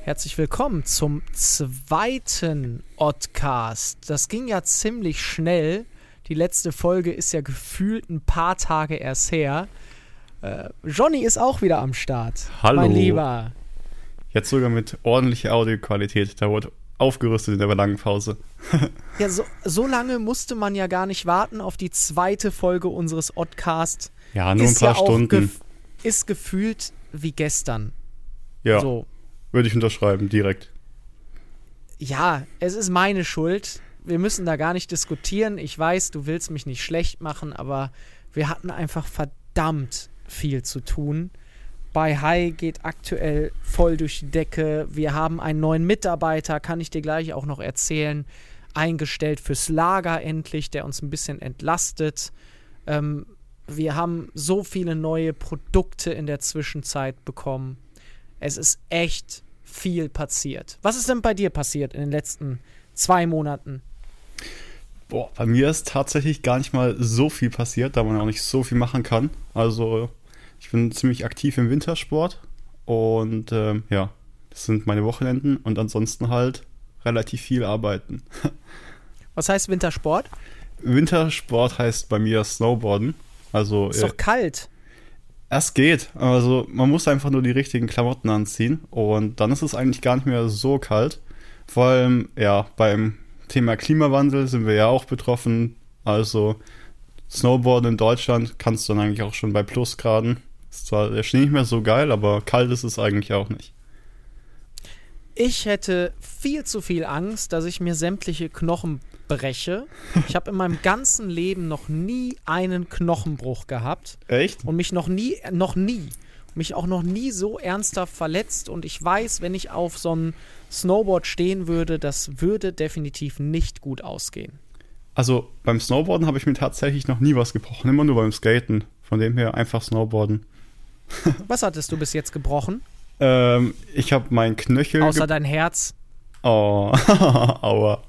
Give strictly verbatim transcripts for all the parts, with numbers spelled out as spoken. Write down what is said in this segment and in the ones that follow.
Herzlich willkommen zum zweiten Oddcast. Das ging ja ziemlich schnell. Die letzte Folge ist ja gefühlt ein paar Tage erst her. Äh, Johnny ist auch wieder am Start. Hallo. Mein Lieber. Jetzt sogar mit ordentlicher Audioqualität. Da wurde aufgerüstet in der langen Pause. Ja, so, so lange musste man ja gar nicht warten auf die zweite Folge unseres Oddcasts. Ja, nur ist ein paar ja auch Stunden. Gef- ist gefühlt wie gestern. Ja, So. Würde ich unterschreiben, direkt. Ja, es ist meine Schuld. Wir müssen da gar nicht diskutieren. Ich weiß, du willst mich nicht schlecht machen, aber wir hatten einfach verdammt viel zu tun. Bei Hai geht aktuell voll durch die Decke. Wir haben einen neuen Mitarbeiter, kann ich dir gleich auch noch erzählen, eingestellt fürs Lager endlich, der uns ein bisschen entlastet. Ähm, wir haben so viele neue Produkte in der Zwischenzeit bekommen. Es ist echt viel passiert. Was ist denn bei dir passiert in den letzten zwei Monaten? Boah, bei mir ist tatsächlich gar nicht mal so viel passiert, da man auch nicht so viel machen kann. Also ich bin ziemlich aktiv im Wintersport und ähm, ja, das sind meine Wochenenden und ansonsten halt relativ viel arbeiten. Was heißt Wintersport? Wintersport heißt bei mir Snowboarden. Also Ist äh, doch kalt. Es geht. Also man muss einfach nur die richtigen Klamotten anziehen und dann ist es eigentlich gar nicht mehr so kalt. Vor allem, ja, beim Thema Klimawandel sind wir ja auch betroffen. Also Snowboarden in Deutschland kannst du dann eigentlich auch schon bei Plusgraden. Ist zwar der Schnee nicht mehr so geil, aber kalt ist es eigentlich auch nicht. Ich hätte viel zu viel Angst, dass ich mir sämtliche Knochen breche. Ich habe in meinem ganzen Leben noch nie einen Knochenbruch gehabt. Echt? Und mich noch nie, noch nie, mich auch noch nie so ernsthaft verletzt. Und ich weiß, wenn ich auf so einem Snowboard stehen würde, das würde definitiv nicht gut ausgehen. Also beim Snowboarden habe ich mir tatsächlich noch nie was gebrochen. Immer nur beim Skaten. Von dem her einfach Snowboarden. Was hattest du bis jetzt gebrochen? ähm, ich habe meinen Knöchel... Außer ge- dein Herz. Oh, aua.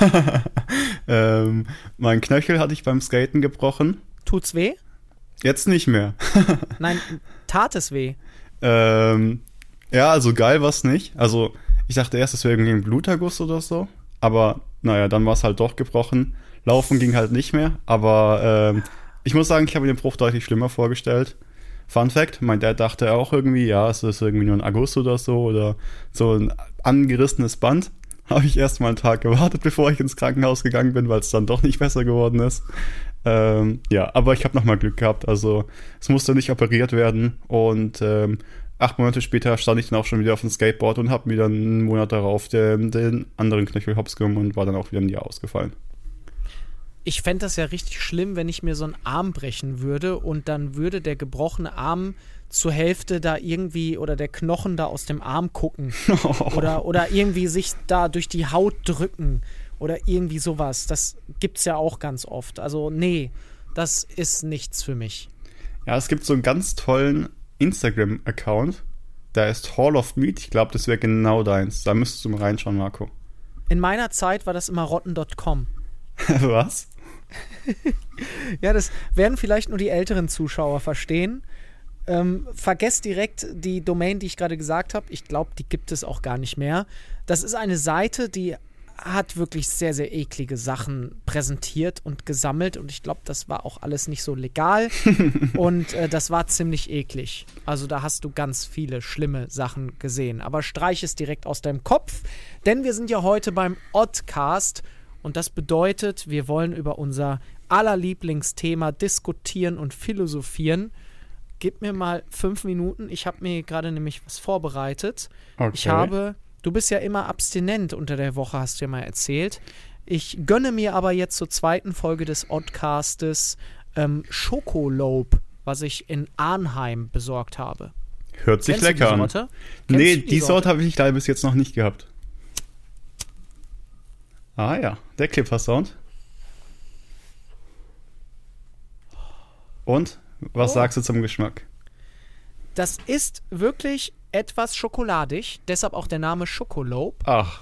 ähm, mein Knöchel hatte ich beim Skaten gebrochen. Tut's weh? Jetzt nicht mehr. Nein, tat es weh? ähm, ja, also geil war's nicht. Also ich dachte erst, es wäre irgendwie ein Bluterguss oder so. Aber naja, dann war es halt doch gebrochen. Laufen ging halt nicht mehr. Aber ähm, ich muss sagen, ich habe mir den Bruch deutlich schlimmer vorgestellt. Fun Fact, mein Dad dachte auch irgendwie, ja, es ist irgendwie nur ein Erguss oder so oder so ein angerissenes Band. Habe ich erst mal einen Tag gewartet, bevor ich ins Krankenhaus gegangen bin, weil es dann doch nicht besser geworden ist. Ähm, ja, aber ich habe nochmal Glück gehabt. Also es musste nicht operiert werden und ähm, acht Monate später stand ich dann auch schon wieder auf dem Skateboard und habe mir dann einen Monat darauf den, den anderen Knöchel hops genommen und war dann auch wieder ein Jahr ausgefallen. Ich fände das ja richtig schlimm, wenn ich mir so einen Arm brechen würde und dann würde der gebrochene Arm zur Hälfte da irgendwie oder der Knochen da aus dem Arm gucken oder, oder irgendwie sich da durch die Haut drücken oder irgendwie sowas. Das gibt's ja auch ganz oft. Also nee, das ist nichts für mich. Ja, es gibt so einen ganz tollen Instagram-Account, der ist Hall of Meat. Ich glaube, das wäre genau deins. Da müsstest du mal reinschauen, Marco. In meiner Zeit war das immer rotten Punkt com. Was? Ja, das werden vielleicht nur die älteren Zuschauer verstehen. Ähm, vergesst direkt die Domain, die ich gerade gesagt habe. Ich glaube, die gibt es auch gar nicht mehr. Das ist eine Seite, die hat wirklich sehr, sehr eklige Sachen präsentiert und gesammelt. Und ich glaube, das war auch alles nicht so legal. Und äh, das war ziemlich eklig. Also da hast du ganz viele schlimme Sachen gesehen. Aber streich es direkt aus deinem Kopf. Denn wir sind ja heute beim Oddcast. Und das bedeutet, wir wollen über unser allerlieblingsthema diskutieren und philosophieren. Gib mir mal fünf Minuten. Ich habe mir gerade nämlich was vorbereitet. Okay. Ich habe, du bist ja immer abstinent unter der Woche, hast du ja mal erzählt. Ich gönne mir aber jetzt zur zweiten Folge des Oddcastes ähm, Schokolob, was ich in Arnheim besorgt habe. Hört sich Kennst lecker du die an. Sorte? Nee, Kennst du die Sorte habe ich leider bis jetzt noch nicht gehabt. Ah ja, der Clipper-Sound. Und, was Oh. sagst du zum Geschmack? Das ist wirklich etwas schokoladig, deshalb auch der Name Schokolob. Ach,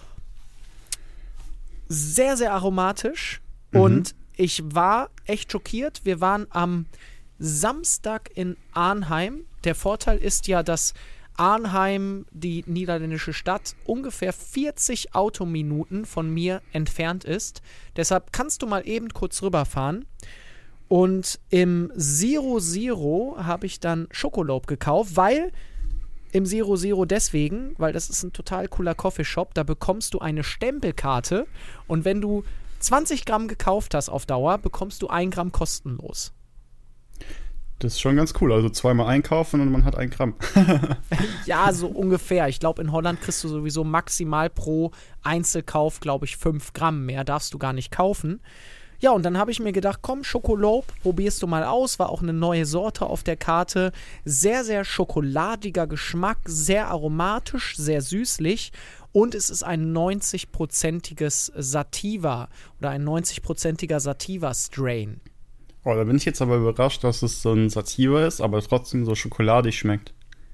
Sehr, sehr aromatisch Mhm. und ich war echt schockiert. Wir waren am Samstag in Arnheim. Der Vorteil ist ja, dass Arnheim, die niederländische Stadt, ungefähr vierzig Autominuten von mir entfernt ist. Deshalb kannst du mal eben kurz rüberfahren. Und im Zero Zero habe ich dann Schokolob gekauft, weil im Zero Zero deswegen, weil das ist ein total cooler Coffeeshop, da bekommst du eine Stempelkarte und wenn du zwanzig Gramm gekauft hast auf Dauer, bekommst du ein Gramm kostenlos. Das ist schon ganz cool. Also zweimal einkaufen und man hat ein Gramm. Ja, so ungefähr. Ich glaube, in Holland kriegst du sowieso maximal pro Einzelkauf, glaube ich, fünf Gramm. Mehr darfst du gar nicht kaufen. Ja, und dann habe ich mir gedacht, komm, Schokolob, probierst du mal aus. War auch eine neue Sorte auf der Karte. Sehr, sehr schokoladiger Geschmack, sehr aromatisch, sehr süßlich. Und es ist ein neunzig-prozentiges Sativa oder ein neunzig-prozentiger Sativa-Strain. Oh, da bin ich jetzt aber überrascht, dass es so ein Sativa ist, aber trotzdem so schokoladig schmeckt.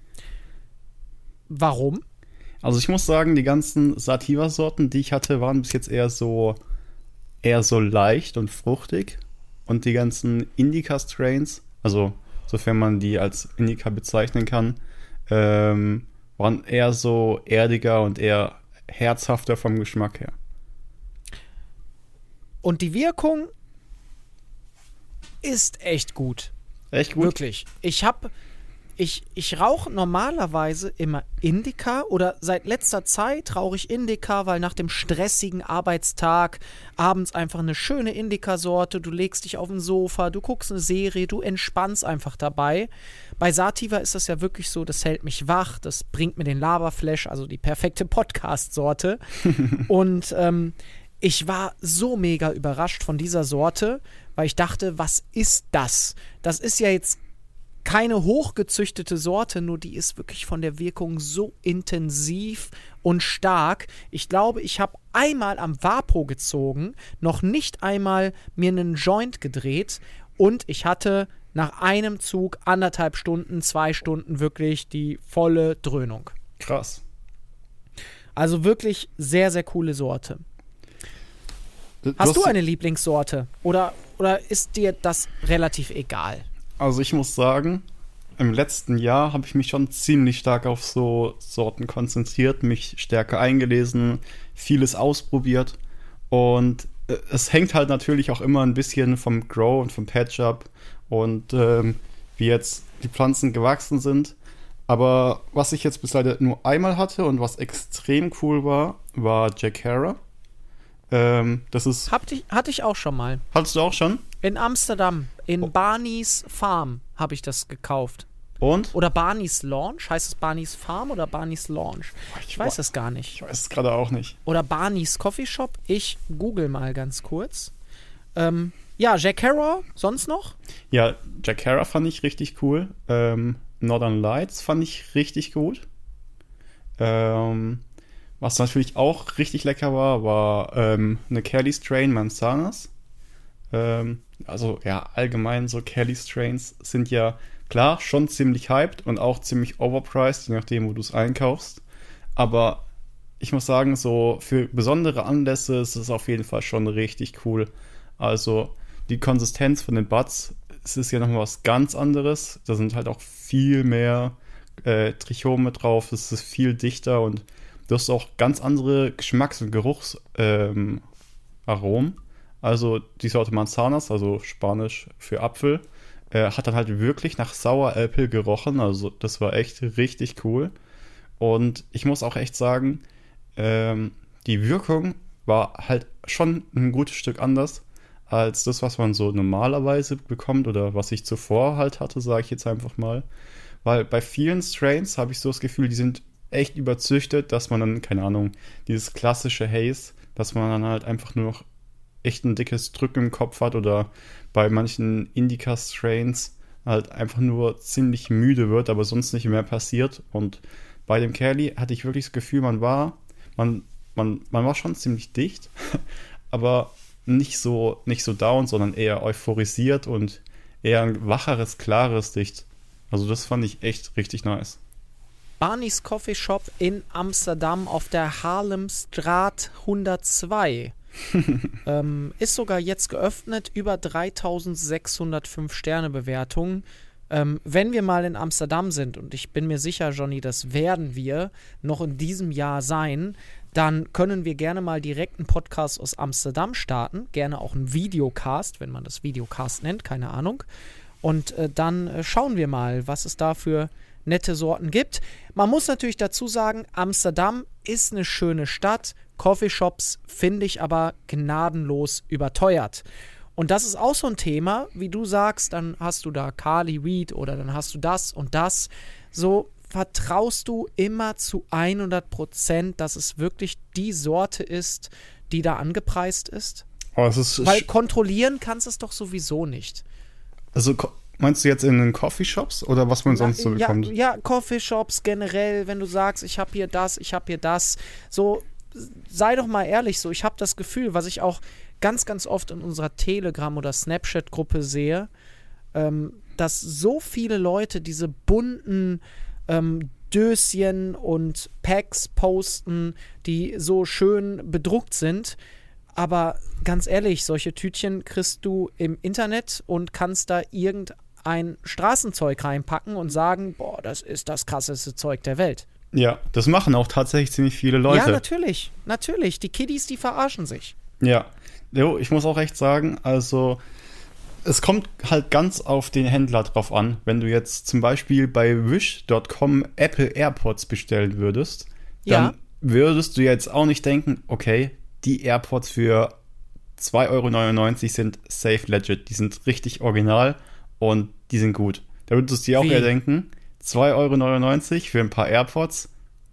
Warum? Also ich muss sagen, die ganzen Sativa-Sorten, die ich hatte, waren bis jetzt eher so eher so leicht und fruchtig. Und die ganzen Indica-Strains, also sofern man die als Indica bezeichnen kann, ähm, waren eher so erdiger und eher herzhafter vom Geschmack her. Und die Wirkung ist echt gut. Echt gut? Wirklich. Ich habe, ich, ich rauche normalerweise immer Indica oder seit letzter Zeit rauche ich Indica, weil nach dem stressigen Arbeitstag abends einfach eine schöne Indica-Sorte, du legst dich auf ein Sofa, du guckst eine Serie, du entspannst einfach dabei. Bei Sativa ist das ja wirklich so, das hält mich wach, das bringt mir den Laberflash, also die perfekte Podcast-Sorte. Und ähm, ich war so mega überrascht von dieser Sorte, weil ich dachte, was ist das? Das ist ja jetzt keine hochgezüchtete Sorte, nur die ist wirklich von der Wirkung so intensiv und stark. Ich glaube, ich habe einmal am Vapo gezogen, noch nicht einmal mir einen Joint gedreht und ich hatte nach einem Zug anderthalb Stunden, zwei Stunden wirklich die volle Dröhnung. Krass. Also wirklich sehr, sehr coole Sorte. Hast du eine Lieblingssorte? Oder, oder ist dir das relativ egal? Also ich muss sagen, im letzten Jahr habe ich mich schon ziemlich stark auf so Sorten konzentriert, mich stärker eingelesen, vieles ausprobiert. Und äh, es hängt halt natürlich auch immer ein bisschen vom Grow und vom Patch ab und ähm, wie jetzt die Pflanzen gewachsen sind. Aber was ich jetzt bis leider nur einmal hatte und was extrem cool war, war Jack Herer. Ähm, das ist. Hab ich, hatte ich auch schon mal. Hattest du auch schon? In Amsterdam, in Oh. Barney's Farm habe ich das gekauft. Und? Oder Barney's Launch? Heißt es Barney's Farm oder Barney's Launch? Ich weiß es gar nicht. Ich weiß es gerade auch nicht. Oder Barney's Coffee Shop? Ich google mal ganz kurz. Ähm, ja, Jack Herer, sonst noch? Ja, Jack Herer fand ich richtig cool. Ähm, Northern Lights fand ich richtig gut. Ähm, was natürlich auch richtig lecker war, war ähm, eine Kelly Strain Manzanas. Ähm, also ja, allgemein so Kelly Strains sind ja klar schon ziemlich hyped und auch ziemlich overpriced, je nachdem, wo du es einkaufst. Aber ich muss sagen, so für besondere Anlässe ist es auf jeden Fall schon richtig cool. Also die Konsistenz von den Buds, es ist ja nochmal was ganz anderes. Da sind halt auch viel mehr äh, Trichome drauf, es ist viel dichter und du hast auch ganz andere Geschmacks- und Geruchsaromen. Ähm, also die Sorte Manzanas, also Spanisch für Apfel, äh, hat dann halt wirklich nach Sour Apple gerochen. Also das war echt richtig cool. Und ich muss auch echt sagen, ähm, die Wirkung war halt schon ein gutes Stück anders als das, was man so normalerweise bekommt oder was ich zuvor halt hatte, sage ich jetzt einfach mal. Weil bei vielen Strains habe ich so das Gefühl, die sind echt überzüchtet, dass man dann, keine Ahnung, dieses klassische Haze, dass man dann halt einfach nur noch echt ein dickes Drücken im Kopf hat oder bei manchen Indica-Strains halt einfach nur ziemlich müde wird, aber sonst nicht mehr passiert. Und bei dem Kelly hatte ich wirklich das Gefühl, man war, man, man, man war schon ziemlich dicht, aber nicht so, nicht so down, sondern eher euphorisiert und eher ein wacheres, klares Dicht. Also das fand ich echt richtig nice. Barney's Coffee Shop in Amsterdam auf der Haarlemstraat hundertzwei. ähm, ist sogar jetzt geöffnet, über dreitausendsechshundertfünf Sterne Bewertungen. Ähm, wenn wir mal in Amsterdam sind, und ich bin mir sicher, Johnny, das werden wir noch in diesem Jahr sein, dann können wir gerne mal direkt einen Podcast aus Amsterdam starten. Gerne auch einen Videocast, wenn man das Videocast nennt, keine Ahnung. Und äh, dann äh, schauen wir mal, was es da für nette Sorten gibt. Man muss natürlich dazu sagen, Amsterdam ist eine schöne Stadt. Coffeeshops finde ich aber gnadenlos überteuert. Und das ist auch so ein Thema, wie du sagst, dann hast du da Carly Reed oder dann hast du das und das. So vertraust du immer zu hundert Prozent, dass es wirklich die Sorte ist, die da angepreist ist? Oh, es ist Weil kontrollieren kannst du es doch sowieso nicht. Also meinst du jetzt in den Coffeeshops oder was man sonst so ja, bekommt? Ja, Coffeeshops generell, wenn du sagst, ich habe hier das, ich habe hier das. So, sei doch mal ehrlich, so ich habe das Gefühl, was ich auch ganz, ganz oft in unserer Telegram- oder Snapchat-Gruppe sehe, ähm, dass so viele Leute diese bunten ähm, Döschen und Packs posten, die so schön bedruckt sind. Aber ganz ehrlich, solche Tütchen kriegst du im Internet und kannst da irgendein Straßenzeug reinpacken und sagen, boah, das ist das krasseste Zeug der Welt. Ja, das machen auch tatsächlich ziemlich viele Leute. Ja, natürlich, natürlich. Die Kiddies, die verarschen sich. Ja, jo, ich muss auch echt sagen, also es kommt halt ganz auf den Händler drauf an. Wenn du jetzt zum Beispiel bei wish Punkt com Apple AirPods bestellen würdest, dann Ja. würdest du jetzt auch nicht denken, okay, die AirPods für zwei Euro neunundneunzig sind safe legit. Die sind richtig original und die sind gut. Da würdest du dir auch Wie? eher denken, zwei Euro neunundneunzig für ein paar AirPods,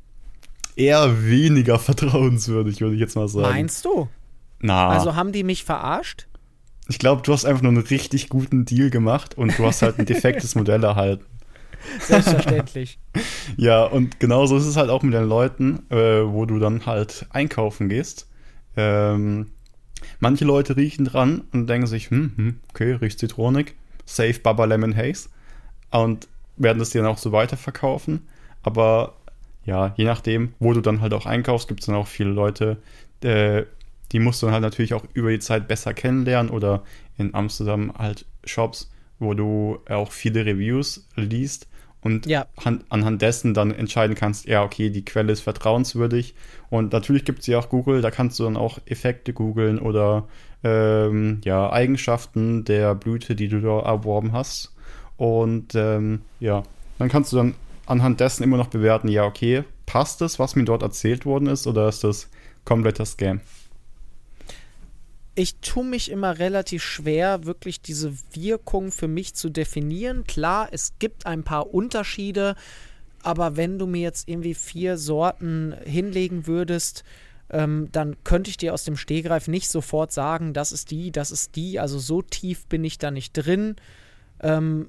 eher weniger vertrauenswürdig, würde ich jetzt mal sagen. Meinst du? Na, Also haben die mich verarscht? ich glaube, du hast einfach nur einen richtig guten Deal gemacht und du hast halt ein defektes Modell erhalten. Selbstverständlich. Ja, und genauso ist es halt auch mit den Leuten, äh, wo du dann halt einkaufen gehst. Ähm, manche Leute riechen dran und denken sich, hm, hm okay, riecht zitronig, safe Baba Lemon Haze, und werden das dir dann auch so weiterverkaufen. Aber ja, je nachdem, wo du dann halt auch einkaufst, gibt es dann auch viele Leute, äh, die musst du dann halt natürlich auch über die Zeit besser kennenlernen, oder in Amsterdam halt Shops, wo du auch viele Reviews liest und Ja. han- anhand dessen dann entscheiden kannst, ja, okay, die Quelle ist vertrauenswürdig. Und natürlich gibt es ja auch Google, da kannst du dann auch Effekte googeln oder ähm, ja, Eigenschaften der Blüte, die du da erworben hast. Und ähm, ja, dann kannst du dann anhand dessen immer noch bewerten, ja, okay, passt das, was mir dort erzählt worden ist, oder ist das kompletter Scam? Ich tue mich immer relativ schwer, wirklich diese Wirkung für mich zu definieren. Klar, es gibt ein paar Unterschiede, aber wenn du mir jetzt irgendwie vier Sorten hinlegen würdest, ähm, dann könnte ich dir aus dem Stegreif nicht sofort sagen, das ist die, das ist die. Also so tief bin ich da nicht drin. Ähm,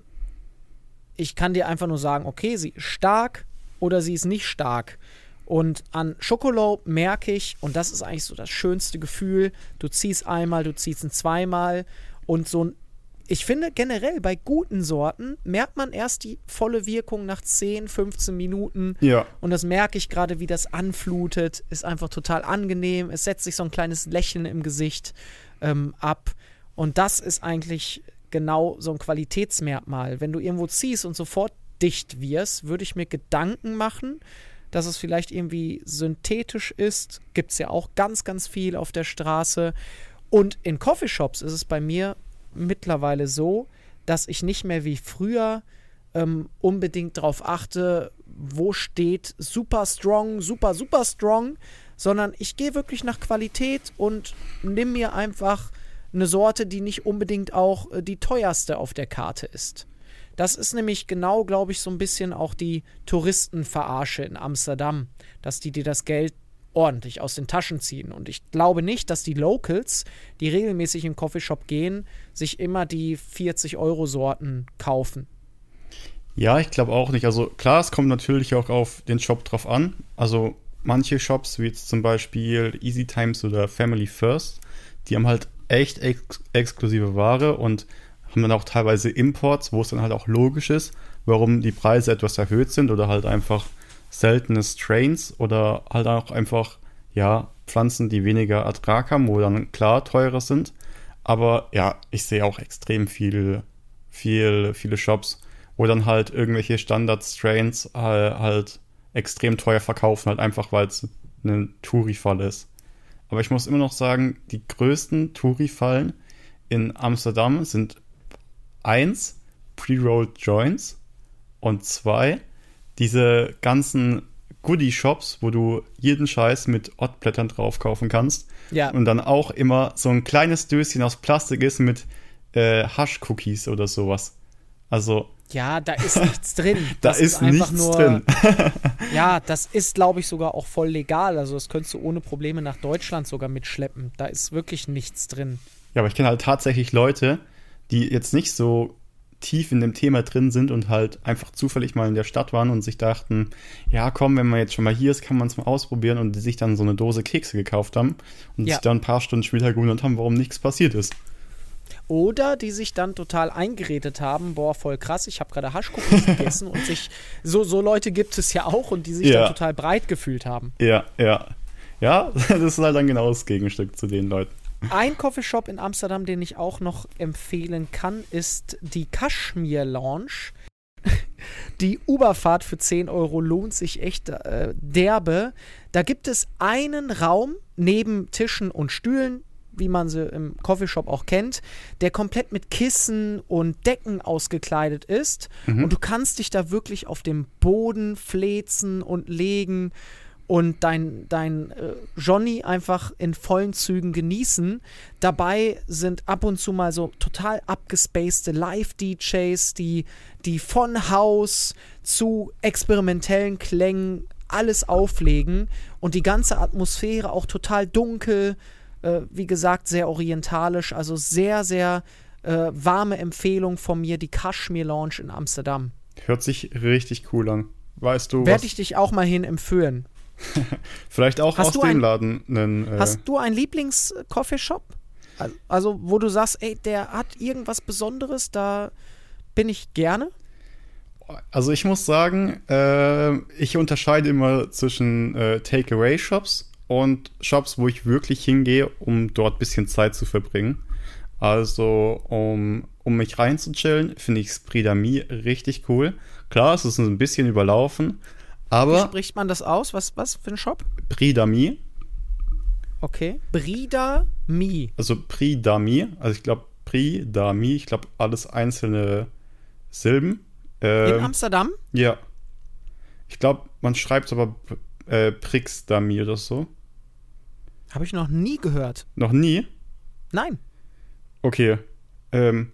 ich kann dir einfach nur sagen, okay, sie ist stark oder sie ist nicht stark. Und an Schokolo merke ich, und das ist eigentlich so das schönste Gefühl, du ziehst einmal, du ziehst ihn zweimal, und so ein, ich finde generell bei guten Sorten merkt man erst die volle Wirkung nach zehn, fünfzehn Minuten. Ja. Und das merke ich gerade, wie das anflutet, ist einfach total angenehm, es setzt sich so ein kleines Lächeln im Gesicht ähm, ab, und das ist eigentlich genau so ein Qualitätsmerkmal. Wenn du irgendwo ziehst und sofort dicht wirst, würde ich mir Gedanken machen, dass es vielleicht irgendwie synthetisch ist. Gibt es ja auch ganz, ganz viel auf der Straße. Und in Coffeeshops ist es bei mir mittlerweile so, dass ich nicht mehr wie früher ähm, unbedingt darauf achte, wo steht super strong, super, super strong, sondern ich gehe wirklich nach Qualität und nimm mir einfach eine Sorte, die nicht unbedingt auch äh, die teuerste auf der Karte ist. Das ist nämlich genau, glaube ich, so ein bisschen auch die Touristenverarsche in Amsterdam, dass die dir das Geld ordentlich aus den Taschen ziehen. Und ich glaube nicht, dass die Locals, die regelmäßig in den Coffeeshop gehen, sich immer die vierzig-Euro-Sorten kaufen. Ja, ich glaube auch nicht. Also klar, es kommt natürlich auch auf den Shop drauf an. Also manche Shops, wie jetzt zum Beispiel Easy Times oder Family First, die haben halt echt ex- exklusive Ware und haben dann auch teilweise Imports, wo es dann halt auch logisch ist, warum die Preise etwas erhöht sind, oder halt einfach seltene Strains oder halt auch einfach, ja, Pflanzen, die weniger Ertrag haben, wo dann klar teurer sind. Aber ja, ich sehe auch extrem viel, viel, viele Shops, wo dann halt irgendwelche Standard-Strains äh, halt extrem teuer verkaufen, halt einfach, weil es ein Touri-Fall ist. Aber ich muss immer noch sagen, die größten Touri-Fallen in Amsterdam sind eins, Pre-Rolled Joints und zwei, diese ganzen Goodie-Shops, wo du jeden Scheiß mit Oddblättern drauf kaufen kannst. Ja. Und dann auch immer so ein kleines Döschen aus Plastik ist mit äh, Hasch-Cookies oder sowas. Also Ja, da ist nichts drin. da Das ist einfach nichts nur, drin. Ja, das ist, glaube ich, sogar auch voll legal. Also das könntest du ohne Probleme nach Deutschland sogar mitschleppen. Da ist wirklich nichts drin. Ja, aber ich kenne halt tatsächlich Leute, die jetzt nicht so tief in dem Thema drin sind und halt einfach zufällig mal in der Stadt waren und sich dachten, ja komm, wenn man jetzt schon mal hier ist, kann man es mal ausprobieren, und die sich dann so eine Dose Kekse gekauft haben und Ja. sich dann ein paar Stunden später gewundert haben, warum nichts passiert ist. Oder die sich dann total eingeredet haben, boah, voll krass, ich habe gerade Haschkuchen gegessen und sich, so, so Leute gibt es ja auch, und die sich Ja. dann total breit gefühlt haben. Ja, ja. Ja, das ist halt dann genau das Gegenstück zu den Leuten. Ein Coffeeshop in Amsterdam, den ich auch noch empfehlen kann, ist die Kashmir Lounge. Die Uberfahrt für zehn Euro lohnt sich echt äh, derbe. Da gibt es einen Raum neben Tischen und Stühlen, wie man sie im Coffeeshop auch kennt, der komplett mit Kissen und Decken ausgekleidet ist. Mhm. Und du kannst dich da wirklich auf dem Boden fläzen und legen und dein, dein äh, Johnny einfach in vollen Zügen genießen. Dabei sind ab und zu mal so total abgespacede Live-D Js, die, die von Haus zu experimentellen Klängen alles auflegen und die ganze Atmosphäre auch total dunkel, äh, wie gesagt, sehr orientalisch, also sehr, sehr äh, warme Empfehlung von mir, die Kashmir Lounge in Amsterdam. Hört sich richtig cool an. Weißt du, Werde was, ich dich auch mal hin empfehlen. vielleicht auch Hast aus du dem ein- Laden einen, äh, Hast du einen Lieblings-Coffeeshop? Also, also, wo du sagst, ey, der hat irgendwas Besonderes, da bin ich gerne. Also ich muss sagen, äh, ich unterscheide immer zwischen äh, Takeaway-Shops und Shops, wo ich wirklich hingehe, um dort ein bisschen Zeit zu verbringen. Also um, um mich reinzuchillen, finde ich Spridami richtig cool. Klar, es ist ein bisschen überlaufen, Wie aber spricht man das aus? Was, was für ein Shop? Pridami, Okay. Brida Mi. also Pridami, also ich glaube Pridami, ich glaube alles einzelne Silben. In Ähm, Amsterdam? Ja. Ich glaube, man schreibt aber äh, Prixdami oder so. Habe ich noch nie gehört. Noch nie? Nein. Okay. Ähm.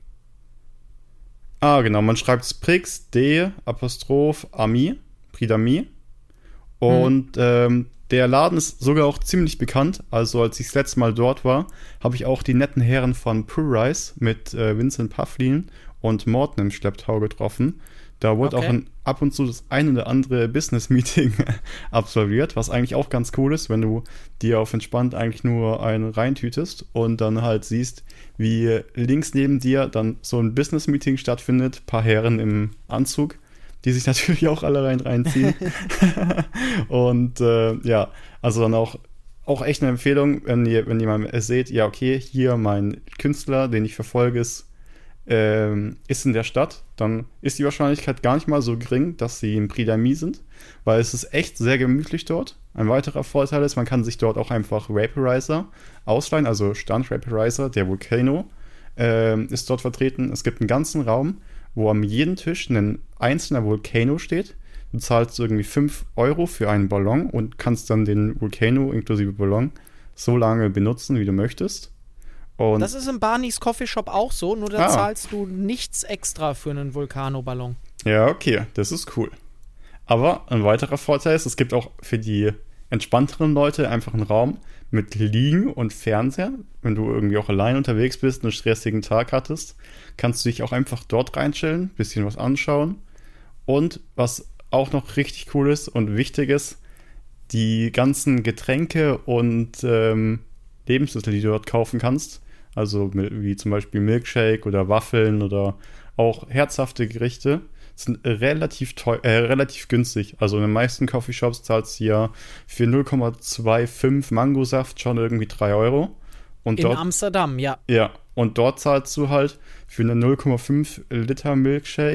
Ah, genau, man schreibt es Prix, D, Apostroph, Ami, Pridami. Und ähm, der Laden ist sogar auch ziemlich bekannt. Also als ich das letzte Mal dort war, habe ich auch die netten Herren von Pure Rice mit äh, Vincent Pufflin und Morten im Schlepptau getroffen. Da wurde Okay. auch ein, ab und zu das ein oder andere Business-Meeting absolviert, was eigentlich auch ganz cool ist, wenn du dir auf entspannt eigentlich nur einen reintütest und dann halt siehst, wie links neben dir dann so ein Business-Meeting stattfindet, paar Herren im Anzug, die sich natürlich auch alle rein reinziehen. Und äh, ja, also dann auch, auch echt eine Empfehlung, wenn ihr, wenn ihr mal seht, ja okay, hier mein Künstler, den ich verfolge, ist ähm, ist in der Stadt, dann ist die Wahrscheinlichkeit gar nicht mal so gering, dass sie im Pridami sind, weil es ist echt sehr gemütlich dort. Ein weiterer Vorteil ist, man kann sich dort auch einfach Vaporizer ausleihen, also Stand-Vaporizer, der Volcano ähm, ist dort vertreten. Es gibt einen ganzen Raum, wo am jeden Tisch ein einzelner Volcano steht. Du zahlst irgendwie fünf Euro für einen Ballon und kannst dann den Volcano inklusive Ballon so lange benutzen, wie du möchtest. Und Das ist im Barneys Coffeeshop auch so, nur da Ah. zahlst du nichts extra für einen Vulkanoballon. ja, okay, das ist cool. Aber ein weiterer Vorteil ist, es gibt auch für die entspannteren Leute einfach einen Raum mit Liegen und Fernseher. Wenn du irgendwie auch allein unterwegs bist, einen stressigen Tag hattest, kannst du dich auch einfach dort reinchillen, bisschen was anschauen. Und was auch noch richtig cool ist und wichtig ist, die ganzen Getränke und ähm, Lebensmittel, die du dort kaufen kannst, also wie zum Beispiel Milkshake oder Waffeln oder auch herzhafte Gerichte, sind relativ teuer, äh, relativ günstig. Also in den meisten Coffeeshops zahlst du ja für null Komma fünfundzwanzig Mangosaft schon irgendwie drei Euro. Und In dort, Amsterdam, ja. ja, und dort zahlst du halt für einen null Komma fünf Liter Milkshake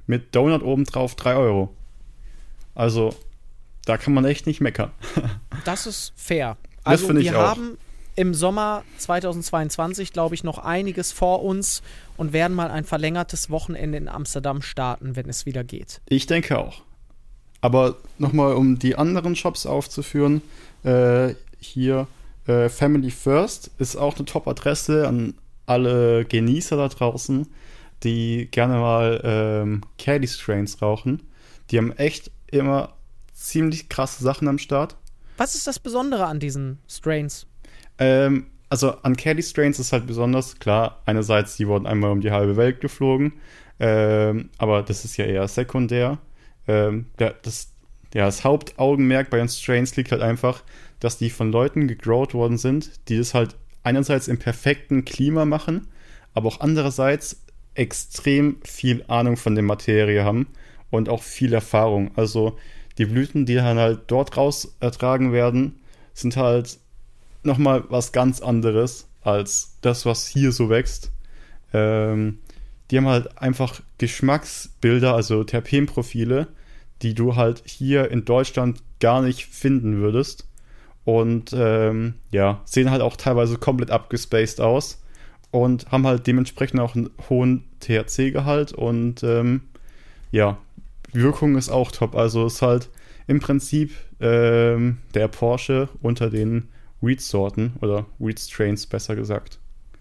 mit Donut obendrauf drei Euro. Also, da kann man echt nicht meckern. Das ist fair. Das Also finde ich wir auch. haben im Sommer zweitausendzweiundzwanzig, glaube ich, noch einiges vor uns und werden mal ein verlängertes Wochenende in Amsterdam starten, wenn es wieder geht. Ich denke auch. Aber nochmal, um die anderen Shops aufzuführen, äh, hier äh, Family First ist auch eine Top-Adresse an alle Genießer da draußen, die gerne mal ähm, Caddy Strains rauchen. Die haben echt immer ziemlich krasse Sachen am Start. Was ist das Besondere an diesen Strains? Ähm, also an Caddy Strains ist halt besonders, klar, einerseits, die wurden einmal um die halbe Welt geflogen, ähm, aber das ist ja eher sekundär. Ähm, der, das, ja, das Hauptaugenmerk bei den Strains liegt halt einfach, dass die von Leuten gegrowt worden sind, die das halt einerseits im perfekten Klima machen, aber auch andererseits extrem viel Ahnung von der Materie haben und auch viel Erfahrung. Also die Blüten, die dann halt dort raus ertragen werden, sind halt nochmal was ganz anderes als das, was hier so wächst. Ähm, die haben halt einfach Geschmacksbilder, also Terpenprofile, die du halt hier in Deutschland gar nicht finden würdest. Und ähm, ja, sehen halt auch teilweise komplett abgespaced aus und haben halt dementsprechend auch einen hohen T H C-Gehalt und ähm, ja, Wirkung ist auch top. Also ist halt im Prinzip ähm, der Porsche unter den Weed-Sorten oder Weed-Strains, besser gesagt.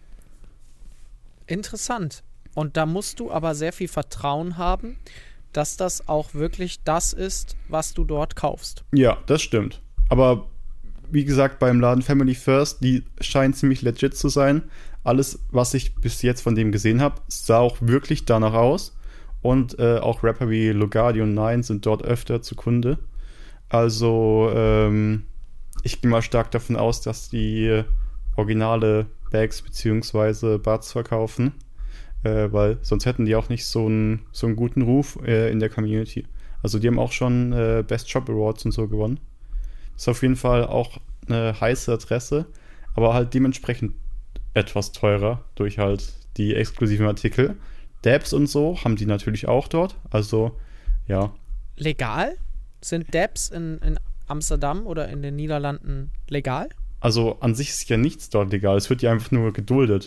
Interessant. Und da musst du aber sehr viel Vertrauen haben, dass das auch wirklich das ist, was du dort kaufst. Ja, das stimmt. Aber wie gesagt, beim Laden Family First, die scheinen ziemlich legit zu sein. Alles, was ich bis jetzt von dem gesehen habe, sah auch wirklich danach aus. Und äh, auch Rapper wie Logardi und Nine sind dort öfter zu Kunde. Also, ähm, ich gehe mal stark davon aus, dass die äh, originale Bags bzw. Buds verkaufen. Äh, weil sonst hätten die auch nicht so einen, so einen guten Ruf äh, in der Community. Also die haben auch schon äh, Best Shop Awards und so gewonnen. Ist auf jeden Fall auch eine heiße Adresse, aber halt dementsprechend etwas teurer durch halt die exklusiven Artikel. Dabs und so haben die natürlich auch dort. Also, ja. Legal? Sind Dabs in, in Amsterdam oder in den Niederlanden legal? Also an sich ist ja nichts dort legal. Es wird ja einfach nur geduldet.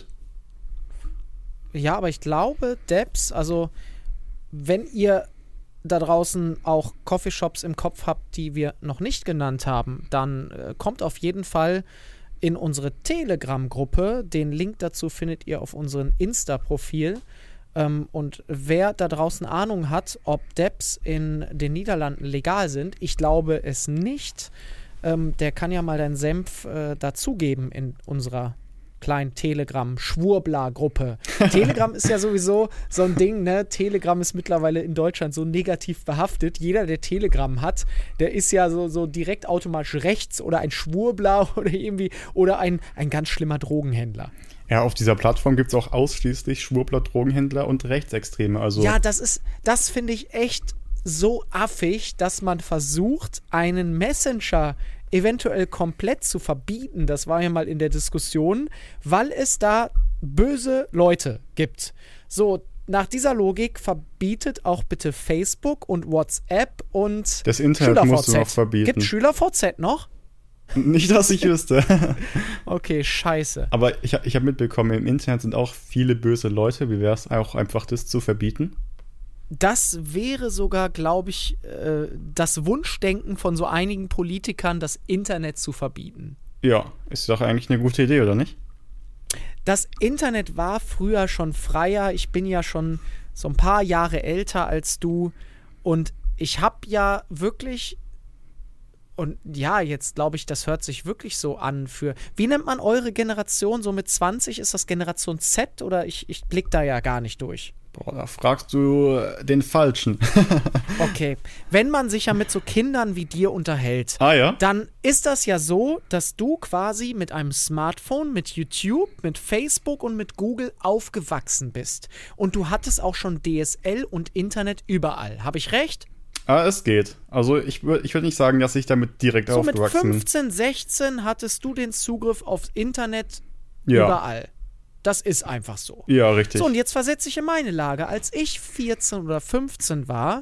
Ja, aber ich glaube, Dabs, also wenn ihr da draußen auch Coffeeshops im Kopf habt, die wir noch nicht genannt haben, dann äh, kommt auf jeden Fall in unsere Telegram-Gruppe. Den Link dazu findet ihr auf unserem Insta-Profil. Ähm, und wer da draußen Ahnung hat, ob Dabs in den Niederlanden legal sind, ich glaube es nicht, ähm, der kann ja mal deinen Senf äh, dazugeben in unserer kleinen Telegram-Schwurbler-Gruppe. Telegram ist ja sowieso so ein Ding, ne? Telegram ist mittlerweile in Deutschland so negativ behaftet. Jeder, der Telegram hat, der ist ja so, so direkt automatisch rechts oder ein Schwurbler oder irgendwie oder ein, ein ganz schlimmer Drogenhändler. Ja, auf dieser Plattform gibt es auch ausschließlich Schwurbler, Drogenhändler und Rechtsextreme. Also ja, das ist, das finde ich echt so affig, dass man versucht, einen Messenger eventuell komplett zu verbieten. Das war ja mal in der Diskussion, weil es da böse Leute gibt. So, nach dieser Logik verbietet auch bitte Facebook und WhatsApp und das Internet musst du noch SchülerVZ. verbieten. Gibt SchülerVZ noch? Nicht, dass ich wüsste. Okay, scheiße. Aber ich, ich habe mitbekommen, im Internet sind auch viele böse Leute. Wie wäre es auch einfach, das zu verbieten? Das wäre sogar, glaube ich, äh, das Wunschdenken von so einigen Politikern, das Internet zu verbieten. Ja, ist doch eigentlich eine gute Idee, oder nicht? Das Internet war früher schon freier. Ich bin ja schon so ein paar Jahre älter als du. Und ich habe ja wirklich, und ja, jetzt glaube ich, das hört sich wirklich so an für, wie nennt man eure Generation? So mit zwanzig ist das Generation Z oder ich, ich blick da ja gar nicht durch. Boah, da fragst du den Falschen. Okay, wenn man sich ja mit so Kindern wie dir unterhält, Ah ja? dann ist das ja so, dass du quasi mit einem Smartphone, mit YouTube, mit Facebook und mit Google aufgewachsen bist. Und du hattest auch schon D S L und Internet überall. Habe ich recht? Ah, es geht. Also ich würde ich würd nicht sagen, dass ich damit direkt So mit aufgewachsen bin. fünfzehn, sechzehn hattest du den Zugriff aufs Internet Ja. überall. Das ist einfach so. Ja, richtig. So, und jetzt versetze ich in meine Lage. Als ich vierzehn oder fünfzehn war,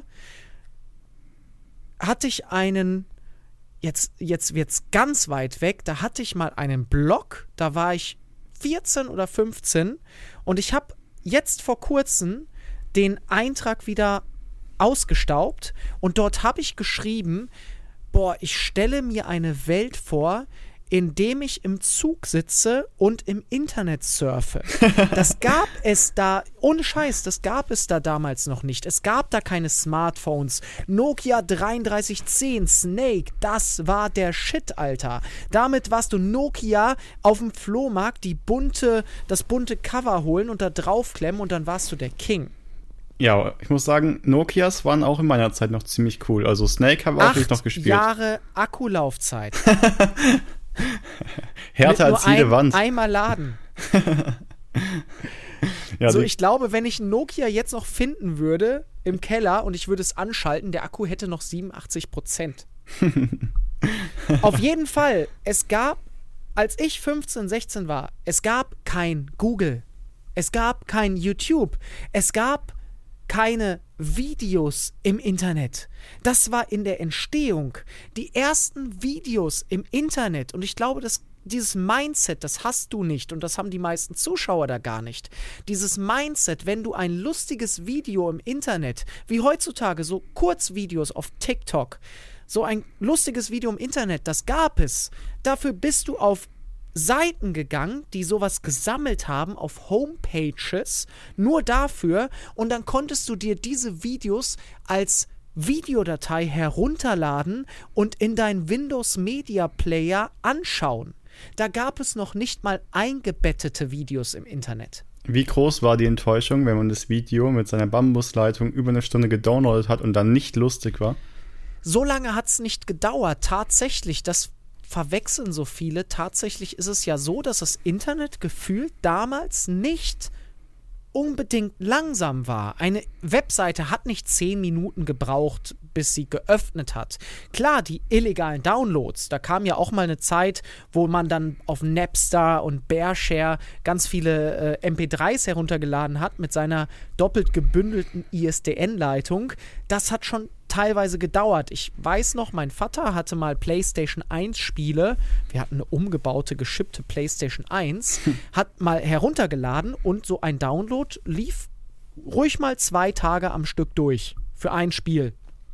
hatte ich einen, jetzt, jetzt wird's ganz weit weg, da hatte ich mal einen Blog, da war ich vierzehn oder fünfzehn und ich habe jetzt vor kurzem den Eintrag wieder ausgestaubt und dort habe ich geschrieben, boah, ich stelle mir eine Welt vor, in dem ich im Zug sitze und im Internet surfe. Das gab es da, ohne Scheiß, das gab es da damals noch nicht. Es gab da keine Smartphones. Nokia dreiunddreißig zehn, Snake, das war der Shit, Alter. Damit warst du Nokia auf dem Flohmarkt, die bunte, das bunte Cover holen und da draufklemmen und dann warst du der King. Ja, ich muss sagen, Nokias waren auch in meiner Zeit noch ziemlich cool. Also Snake habe auch nicht noch gespielt. Acht Jahre Akkulaufzeit. Härter als jede ein, Wand. Einmal laden. Ja, so, die, ich glaube, wenn ich ein Nokia jetzt noch finden würde im Keller und ich würde es anschalten, der Akku hätte noch siebenundachtzig Prozent. Auf jeden Fall, es gab, als ich fünfzehn, sechzehn war, es gab kein Google. Es gab kein YouTube. Es gab keine Videos im Internet. Das war in der Entstehung. Die ersten Videos im Internet, und ich glaube, dass dieses Mindset, das hast du nicht und das haben die meisten Zuschauer da gar nicht. Dieses Mindset, wenn du ein lustiges Video im Internet, wie heutzutage so Kurzvideos auf TikTok, so ein lustiges Video im Internet, das gab es. Dafür bist du auf Seiten gegangen, die sowas gesammelt haben auf Homepages, nur dafür, und dann konntest du dir diese Videos als Videodatei herunterladen und in deinen Windows Media Player anschauen. Da gab es noch nicht mal eingebettete Videos im Internet. Wie groß war die Enttäuschung, wenn man das Video mit seiner Bambusleitung über eine Stunde gedownloadet hat und dann nicht lustig war? So lange hat es nicht gedauert. Tatsächlich, das verwechseln so viele. Tatsächlich ist es ja so, dass das Internet gefühlt damals nicht unbedingt langsam war. Eine Webseite hat nicht zehn Minuten gebraucht, bis sie geöffnet hat. Klar, die illegalen Downloads, da kam ja auch mal eine Zeit, wo man dann auf Napster und Bearshare ganz viele äh, M P dreis heruntergeladen hat mit seiner doppelt gebündelten I S D N-Leitung. Das hat schon teilweise gedauert. Ich weiß noch, mein Vater hatte mal PlayStation eins Spiele, wir hatten eine umgebaute, geschippte PlayStation eins, hat mal heruntergeladen und so ein Download lief ruhig mal zwei Tage am Stück durch für ein Spiel.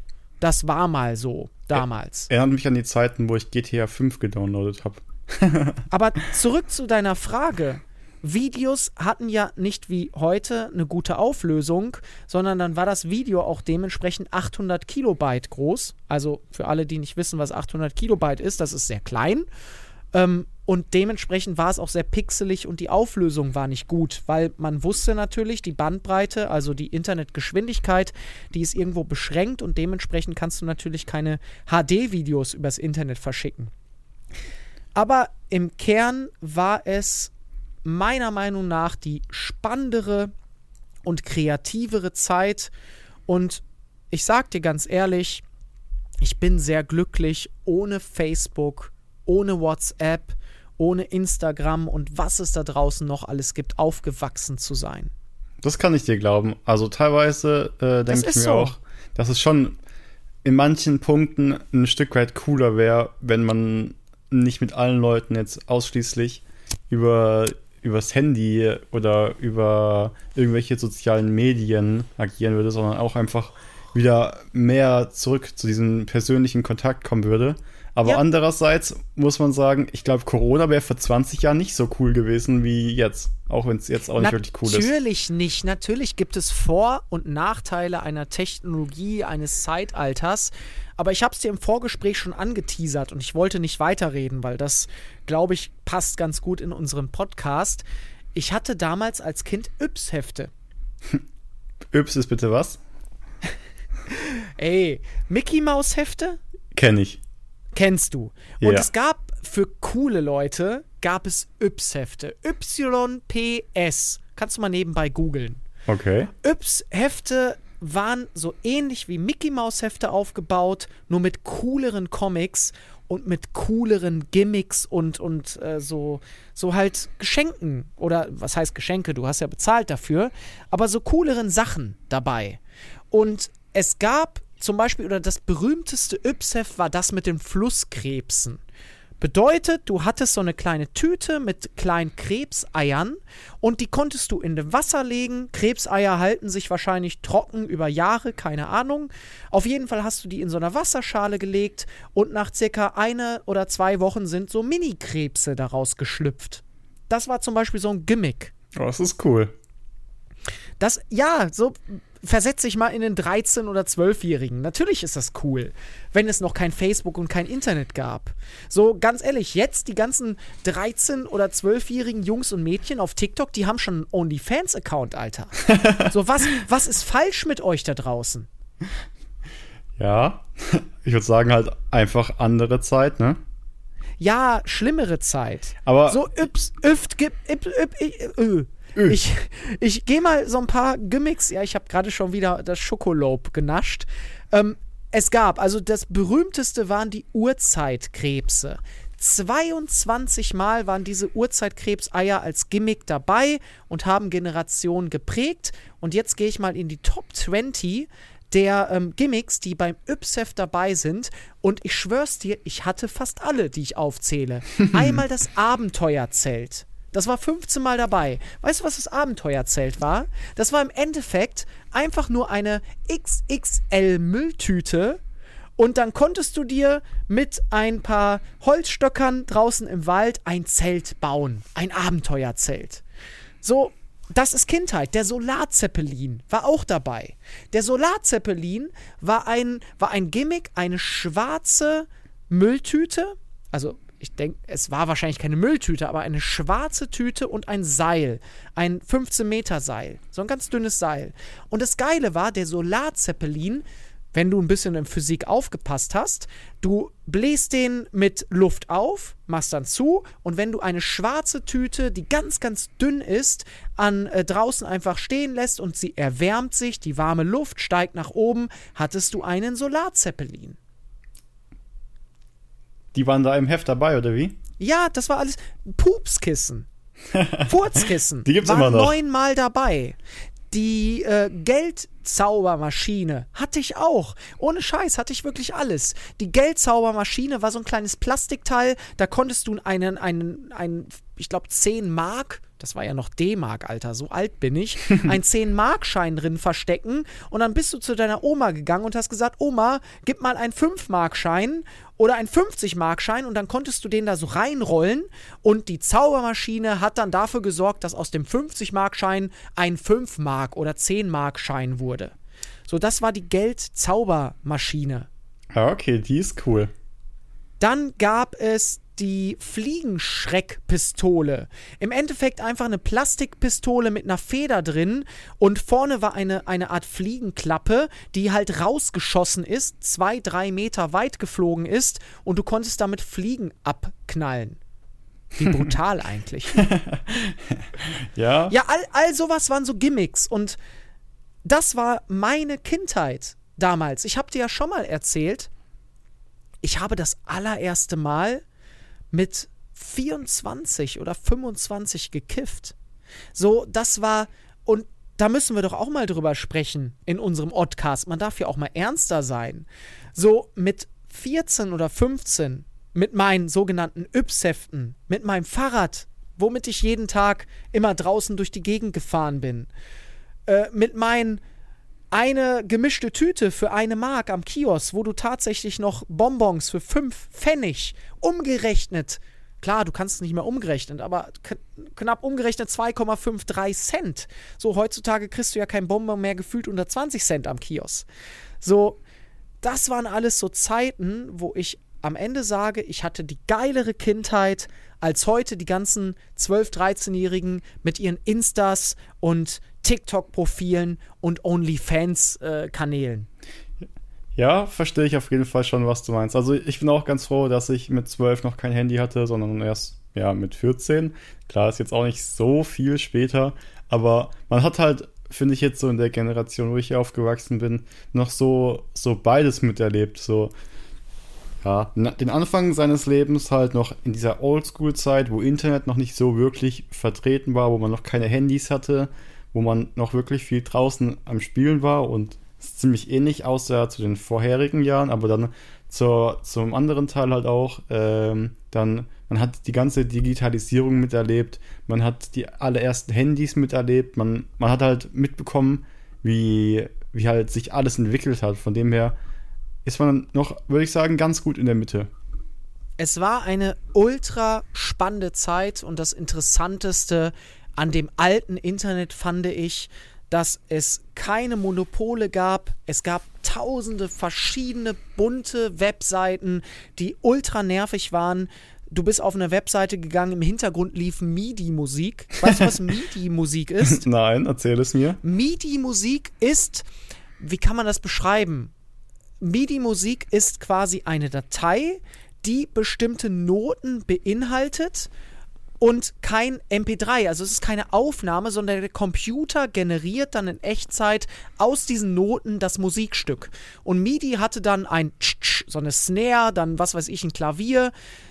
Das war mal so damals. Erinnert mich an die Zeiten, wo ich G T A fünf gedownloadet habe. Aber zurück zu deiner Frage. Videos hatten ja nicht wie heute eine gute Auflösung, sondern dann war das Video auch dementsprechend achthundert Kilobyte groß. Also für alle, die nicht wissen, was achthundert Kilobyte ist, das ist sehr klein. Ähm, und dementsprechend war es auch sehr pixelig und die Auflösung war nicht gut, weil man wusste natürlich, die Bandbreite, also die Internetgeschwindigkeit, die ist irgendwo beschränkt und dementsprechend kannst du natürlich keine H D-Videos übers Internet verschicken. Aber im Kern war es meiner Meinung nach die spannendere und kreativere Zeit. Und ich sag dir ganz ehrlich, ich bin sehr glücklich, ohne Facebook, ohne WhatsApp, ohne Instagram und was es da draußen noch alles gibt, aufgewachsen zu sein. Das kann ich dir glauben. Also teilweise äh, denke ich mir so. auch, dass es schon in manchen Punkten ein Stück weit cooler wäre, wenn man nicht mit allen Leuten jetzt ausschließlich über übers Handy oder über irgendwelche sozialen Medien agieren würde, sondern auch einfach wieder mehr zurück zu diesem persönlichen Kontakt kommen würde. Aber ja. Andererseits muss man sagen, ich glaube, Corona wäre vor zwanzig Jahren nicht so cool gewesen wie jetzt. Auch wenn es jetzt auch nicht Nat- wirklich cool ist. Natürlich nicht. Natürlich gibt es Vor- und Nachteile einer Technologie, eines Zeitalters. Aber ich habe es dir im Vorgespräch schon angeteasert und ich wollte nicht weiterreden, weil das, glaube ich, passt ganz gut in unseren Podcast. Ich hatte damals als Kind Yps-Hefte. Yps ist bitte was? Ey, Mickey-Maus-Hefte? Kenn ich. Kennst du. Und ja. Es gab für coole Leute, gab es Yps-Hefte. Y P S. Kannst du mal nebenbei googeln. Okay. Yps-Hefte waren so ähnlich wie Mickey-Maus-Hefte aufgebaut, nur mit cooleren Comics. und mit cooleren Gimmicks und, und äh, so, so halt Geschenken. Oder was heißt Geschenke? Du hast ja bezahlt dafür. Aber so cooleren Sachen dabei. Und es gab zum Beispiel, oder das berühmteste Yps-Heft war das mit den Flusskrebsen. Bedeutet, du hattest so eine kleine Tüte mit kleinen Krebseiern und die konntest du in das Wasser legen. Krebseier halten sich wahrscheinlich trocken über Jahre, keine Ahnung. Auf jeden Fall hast du die in so einer Wasserschale gelegt und nach circa eine oder zwei Wochen sind so Mini-Krebse daraus geschlüpft. Das war zum Beispiel so ein Gimmick. Oh, das ist cool. Das, ja, so versetze ich mal in den dreizehn- oder zwölfjährigen. Natürlich ist das cool, wenn es noch kein Facebook und kein Internet gab. So, ganz ehrlich, jetzt die ganzen dreizehn- oder zwölfjährigen Jungs und Mädchen auf TikTok, die haben schon einen OnlyFans-Account, Alter. So, was, was ist falsch mit euch da draußen? Ja, ich würde sagen halt einfach andere Zeit, ne? Ja, schlimmere Zeit. Aber so, yps, yft, gib, yp, yp, yp, ö. Ich, ich gehe mal so ein paar Gimmicks, ja, ich habe gerade schon wieder das Schokolob genascht. Ähm, es gab, also das berühmteste waren die Urzeitkrebse. zweiundzwanzig Mal waren diese Urzeitkrebseier als Gimmick dabei und haben Generationen geprägt. Und jetzt gehe ich mal in die Top zwanzig der ähm, Gimmicks, die beim Yps-Heft dabei sind. Und ich schwör's dir, ich hatte fast alle, die ich aufzähle. Einmal das Abenteuerzelt. Das war fünfzehn Mal dabei. Weißt du, was das Abenteuerzelt war? Das war im Endeffekt einfach nur eine X X L-Mülltüte und dann konntest du dir mit ein paar Holzstöckern draußen im Wald ein Zelt bauen. Ein Abenteuerzelt. So, das ist Kindheit. Der Solarzeppelin war auch dabei. Der Solarzeppelin war ein, war ein Gimmick, eine schwarze Mülltüte, also ich denke, es war wahrscheinlich keine Mülltüte, aber eine schwarze Tüte und ein Seil. Ein fünfzehn Meter Seil. So ein ganz dünnes Seil. Und das Geile war, der Solarzeppelin, wenn du ein bisschen in Physik aufgepasst hast, du bläst den mit Luft auf, machst dann zu und wenn du eine schwarze Tüte, die ganz, ganz dünn ist, an äh, draußen einfach stehen lässt und sie erwärmt sich, die warme Luft steigt nach oben, hattest du einen Solarzeppelin. Die waren da im Heft dabei, oder wie? Ja, das war alles Pupskissen. Furzkissen. Die gibt's waren immer noch. Neunmal dabei. Die äh, Geldzaubermaschine hatte ich auch. Ohne Scheiß hatte ich wirklich alles. Die Geldzaubermaschine war so ein kleines Plastikteil. Da konntest du einen, einen, einen ich glaube, zehn Mark, das war ja noch D-Mark, Alter, so alt bin ich, einen zehn Mark Schein drin verstecken und dann bist du zu deiner Oma gegangen und hast gesagt, Oma, gib mal einen fünf Mark Schein oder einen fünfzig Mark Schein und dann konntest du den da so reinrollen und die Zaubermaschine hat dann dafür gesorgt, dass aus dem fünfzig Mark Schein ein fünf Mark oder zehn Mark Schein wurde. So, das war die Geldzaubermaschine. Ja, okay, die ist cool. Dann gab es die Fliegenschreckpistole. Im Endeffekt einfach eine Plastikpistole mit einer Feder drin und vorne war eine, eine Art Fliegenklappe, die halt rausgeschossen ist, zwei, drei Meter weit geflogen ist und du konntest damit Fliegen abknallen. Wie brutal eigentlich. Ja. Ja, all, all sowas waren so Gimmicks und das war meine Kindheit damals. Ich habe dir ja schon mal erzählt, ich habe das allererste Mal mit vierundzwanzig oder fünfundzwanzig gekifft. So, das war, und da müssen wir doch auch mal drüber sprechen in unserem Oddcast. Man darf ja auch mal ernster sein. So, mit vierzehn oder fünfzehn, mit meinen sogenannten Yps-Heften, mit meinem Fahrrad, womit ich jeden Tag immer draußen durch die Gegend gefahren bin, äh, mit meinen eine gemischte Tüte für eine Mark am Kiosk, wo du tatsächlich noch Bonbons für fünf Pfennig umgerechnet, klar, du kannst es nicht mehr umgerechnet, aber k- knapp umgerechnet zwei Komma dreiundfünfzig Cent. So, heutzutage kriegst du ja kein Bonbon mehr gefühlt unter zwanzig Cent am Kiosk. So, das waren alles so Zeiten, wo ich am Ende sage, ich hatte die geilere Kindheit als heute die ganzen zwölf-, dreizehnjährigen mit ihren Instas und TikTok-Profilen und OnlyFans-Kanälen. Äh, Ja, verstehe ich auf jeden Fall schon, was du meinst. Also ich bin auch ganz froh, dass ich mit zwölf noch kein Handy hatte, sondern erst ja mit vierzehn. Klar, ist jetzt auch nicht so viel später, aber man hat halt, finde ich jetzt so in der Generation, wo ich aufgewachsen bin, noch so, so beides miterlebt. So ja, den Anfang seines Lebens halt noch in dieser Oldschool-Zeit, wo Internet noch nicht so wirklich vertreten war, wo man noch keine Handys hatte, wo man noch wirklich viel draußen am Spielen war und es ist ziemlich ähnlich aussah zu den vorherigen Jahren, aber dann zur, zum anderen Teil halt auch, ähm, dann, man hat die ganze Digitalisierung miterlebt, man hat die allerersten Handys miterlebt, man, man hat halt mitbekommen, wie, wie halt sich alles entwickelt hat. Von dem her ist man noch, würde ich sagen, ganz gut in der Mitte. Es war eine ultra spannende Zeit und das Interessanteste an dem alten Internet fand ich, dass es keine Monopole gab. Es gab tausende verschiedene bunte Webseiten, die ultra nervig waren. Du bist auf eine Webseite gegangen, im Hintergrund lief MIDI-Musik. Weißt du, was MIDI-Musik ist? Nein, erzähl es mir. MIDI-Musik ist, wie kann man das beschreiben? MIDI-Musik ist quasi eine Datei, die bestimmte Noten beinhaltet und kein M P drei, also es ist keine Aufnahme, sondern der Computer generiert dann in Echtzeit aus diesen Noten das Musikstück. Und MIDI hatte dann ein Tsch, so eine Snare, dann was weiß ich, ein Klavier.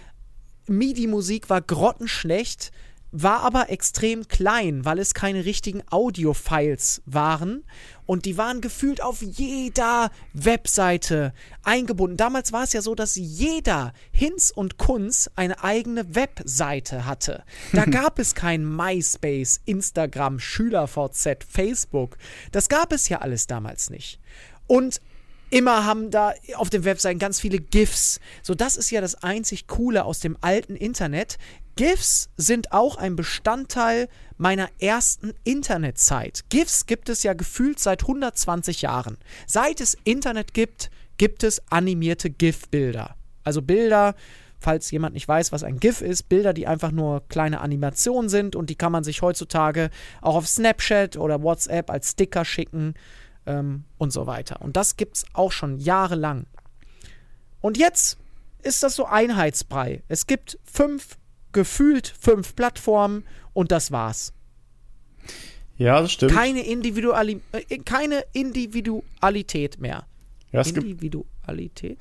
MIDI-Musik war grottenschlecht, war aber extrem klein, weil es keine richtigen Audio-Files waren und die waren gefühlt auf jeder Webseite eingebunden. Damals war es ja so, dass jeder Hinz und Kunz eine eigene Webseite hatte. Da gab es kein MySpace, Instagram, SchülerVZ, Facebook. Das gab es ja alles damals nicht. Und immer haben da auf den Webseiten ganz viele GIFs. So, das ist ja das einzig Coole aus dem alten Internet. GIFs sind auch ein Bestandteil meiner ersten Internetzeit. GIFs gibt es ja gefühlt seit hundertzwanzig Jahren. Seit es Internet gibt, gibt es animierte GIF-Bilder. Also Bilder, falls jemand nicht weiß, was ein GIF ist, Bilder, die einfach nur kleine Animationen sind und die kann man sich heutzutage auch auf Snapchat oder WhatsApp als Sticker schicken ähm, und so weiter. Und das gibt es auch schon jahrelang. Und jetzt ist das so Einheitsbrei. Es gibt fünf gefühlt fünf Plattformen und das war's. Ja, das stimmt. Keine, Individuali- äh, keine Individualität mehr. Ja, es Individualität?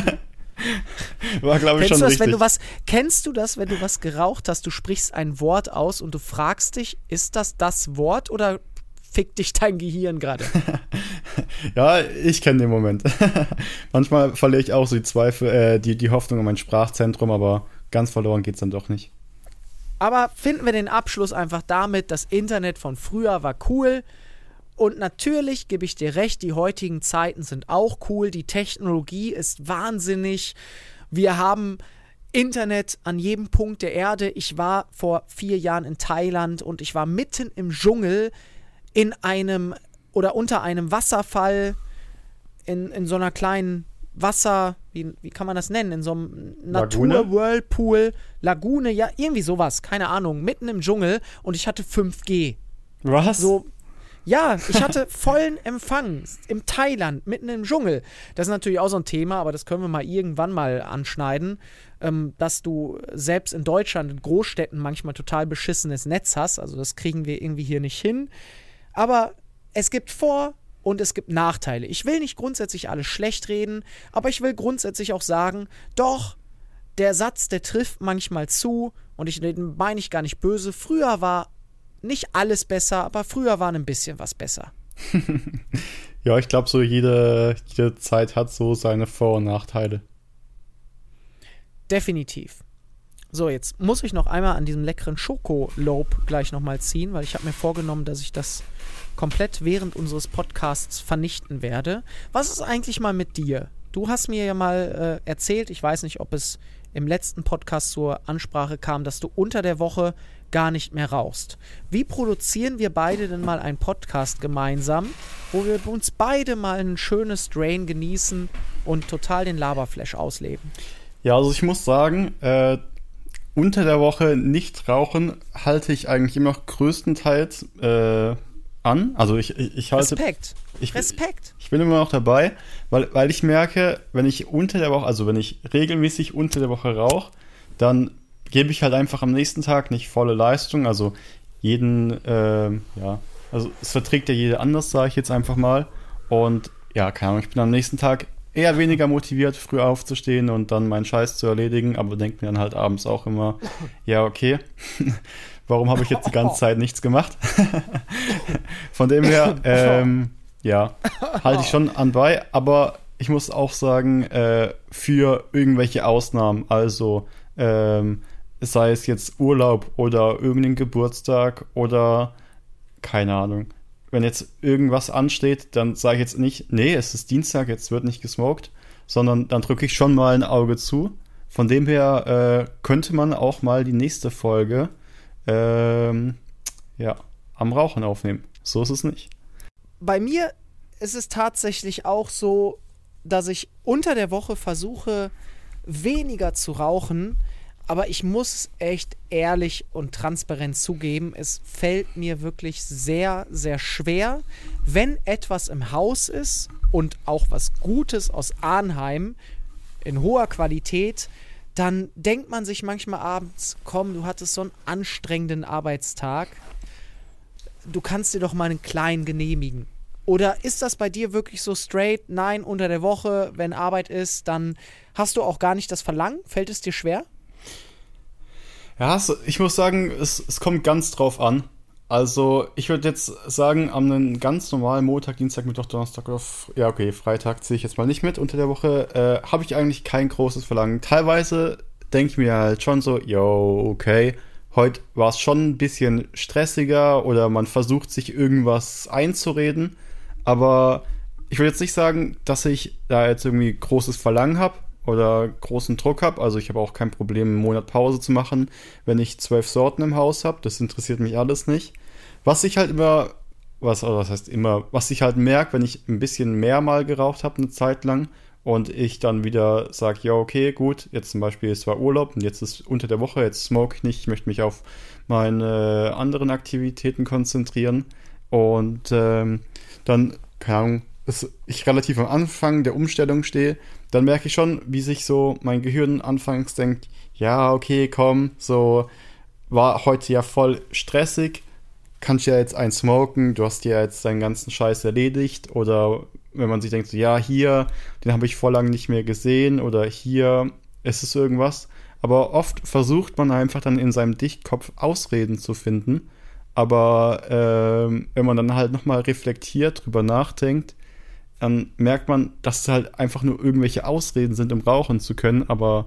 War, glaube ich, kennst schon du das, richtig. wenn du was, kennst du das, wenn du was geraucht hast, du sprichst ein Wort aus und du fragst dich, ist das das Wort oder fickt dich dein Gehirn gerade? Ja, ich kenne den Moment. Manchmal verliere ich auch so die Zweifel, äh, die, die Hoffnung in mein Sprachzentrum, aber ganz verloren geht's dann doch nicht. Aber finden wir den Abschluss einfach damit, das Internet von früher war cool. Und natürlich gebe ich dir recht, die heutigen Zeiten sind auch cool. Die Technologie ist wahnsinnig. Wir haben Internet an jedem Punkt der Erde. Ich war vor vier Jahren in Thailand und ich war mitten im Dschungel in einem oder unter einem Wasserfall in, in so einer kleinen Wasser, wie, wie kann man das nennen? In so einem Natur-Whirlpool, Lagune, ja, irgendwie sowas, keine Ahnung, mitten im Dschungel und ich hatte fünf G. Was? So, ja, ich hatte vollen Empfang im Thailand, mitten im Dschungel. Das ist natürlich auch so ein Thema, aber das können wir mal irgendwann mal anschneiden, ähm, dass du selbst in Deutschland, in Großstädten manchmal total beschissenes Netz hast. Also das kriegen wir irgendwie hier nicht hin. Aber es gibt Vor- und es gibt Nachteile. Ich will nicht grundsätzlich alles schlecht reden, aber ich will grundsätzlich auch sagen, doch, der Satz, der trifft manchmal zu und ich den meine ich gar nicht böse. Früher war nicht alles besser, aber früher war ein bisschen was besser. Ja, ich glaube, so jede, jede Zeit hat so seine Vor- und Nachteile. Definitiv. So, jetzt muss ich noch einmal an diesem leckeren Schokolob gleich nochmal ziehen, weil ich habe mir vorgenommen, dass ich das komplett während unseres Podcasts vernichten werde. Was ist eigentlich mal mit dir? Du hast mir ja mal äh, erzählt, ich weiß nicht, ob es im letzten Podcast zur Ansprache kam, dass du unter der Woche gar nicht mehr rauchst. Wie produzieren wir beide denn mal einen Podcast gemeinsam, wo wir uns beide mal ein schönes Strain genießen und total den Laberflash ausleben? Ja, also ich muss sagen, äh, unter der Woche nicht rauchen halte ich eigentlich immer noch größtenteils äh, an. Also ich, ich, ich halte... Respekt. Ich, Respekt. Ich, ich bin immer noch dabei, weil, weil ich merke, wenn ich unter der Woche, also wenn ich regelmäßig unter der Woche rauche, dann gebe ich halt einfach am nächsten Tag nicht volle Leistung. Also jeden, äh, ja, also es verträgt ja jeder anders, sage ich jetzt einfach mal. Und ja, keine Ahnung, ich bin am nächsten Tag eher weniger motiviert, früh aufzustehen und dann meinen Scheiß zu erledigen, aber denke mir dann halt abends auch immer, ja, okay, warum habe ich jetzt die ganze Zeit nichts gemacht? Von dem her, ähm, ja, halte ich schon an bei, aber ich muss auch sagen, äh, für irgendwelche Ausnahmen, also ähm, sei es jetzt Urlaub oder irgendein Geburtstag oder keine Ahnung, wenn jetzt irgendwas ansteht, dann sage ich jetzt nicht, nee, es ist Dienstag, jetzt wird nicht gesmoked, sondern dann drücke ich schon mal ein Auge zu. Von dem her äh, könnte man auch mal die nächste Folge ähm, ja, am Rauchen aufnehmen. So ist es nicht. Bei mir ist es tatsächlich auch so, dass ich unter der Woche versuche, weniger zu rauchen, aber ich muss echt ehrlich und transparent zugeben, es fällt mir wirklich sehr, sehr schwer, wenn etwas im Haus ist und auch was Gutes aus Arnheim in hoher Qualität, dann denkt man sich manchmal abends, komm, du hattest so einen anstrengenden Arbeitstag, du kannst dir doch mal einen kleinen genehmigen. Oder ist das bei dir wirklich so straight? Nein, unter der Woche, wenn Arbeit ist, dann hast du auch gar nicht das Verlangen? Fällt es dir schwer? Ja, ich muss sagen, es, es kommt ganz drauf an. Also ich würde jetzt sagen, am einem ganz normalen Montag, Dienstag, Mittwoch, Donnerstag oder F- ja okay, Freitag ziehe ich jetzt mal nicht mit unter der Woche, äh, habe ich eigentlich kein großes Verlangen. Teilweise denke ich mir halt schon so, yo, okay, heute war es schon ein bisschen stressiger oder man versucht sich irgendwas einzureden, aber ich würde jetzt nicht sagen, dass ich da jetzt irgendwie großes Verlangen habe oder großen Druck habe. Also ich habe auch kein Problem, einen Monat Pause zu machen, wenn ich zwölf Sorten im Haus habe. Das interessiert mich alles nicht. Was ich halt immer, was, oder was heißt immer, was ich halt merke, wenn ich ein bisschen mehr mal geraucht habe, eine Zeit lang, und ich dann wieder sage, ja, okay, gut, jetzt zum Beispiel, es war Urlaub und jetzt ist unter der Woche, jetzt smoke ich nicht, ich möchte mich auf meine anderen Aktivitäten konzentrieren. Und ähm, dann, keine Ahnung, dass ich relativ am Anfang der Umstellung stehe, dann merke ich schon, wie sich so mein Gehirn anfangs denkt, ja, okay, komm, so war heute ja voll stressig, kannst ja jetzt einen smoken, du hast ja jetzt deinen ganzen Scheiß erledigt, oder wenn man sich denkt, so, ja, hier, den habe ich vor lang nicht mehr gesehen, oder hier ist es irgendwas, aber oft versucht man einfach dann in seinem Dichtkopf Ausreden zu finden, aber ähm, wenn man dann halt nochmal reflektiert, drüber nachdenkt, dann merkt man, dass es halt einfach nur irgendwelche Ausreden sind, um rauchen zu können. Aber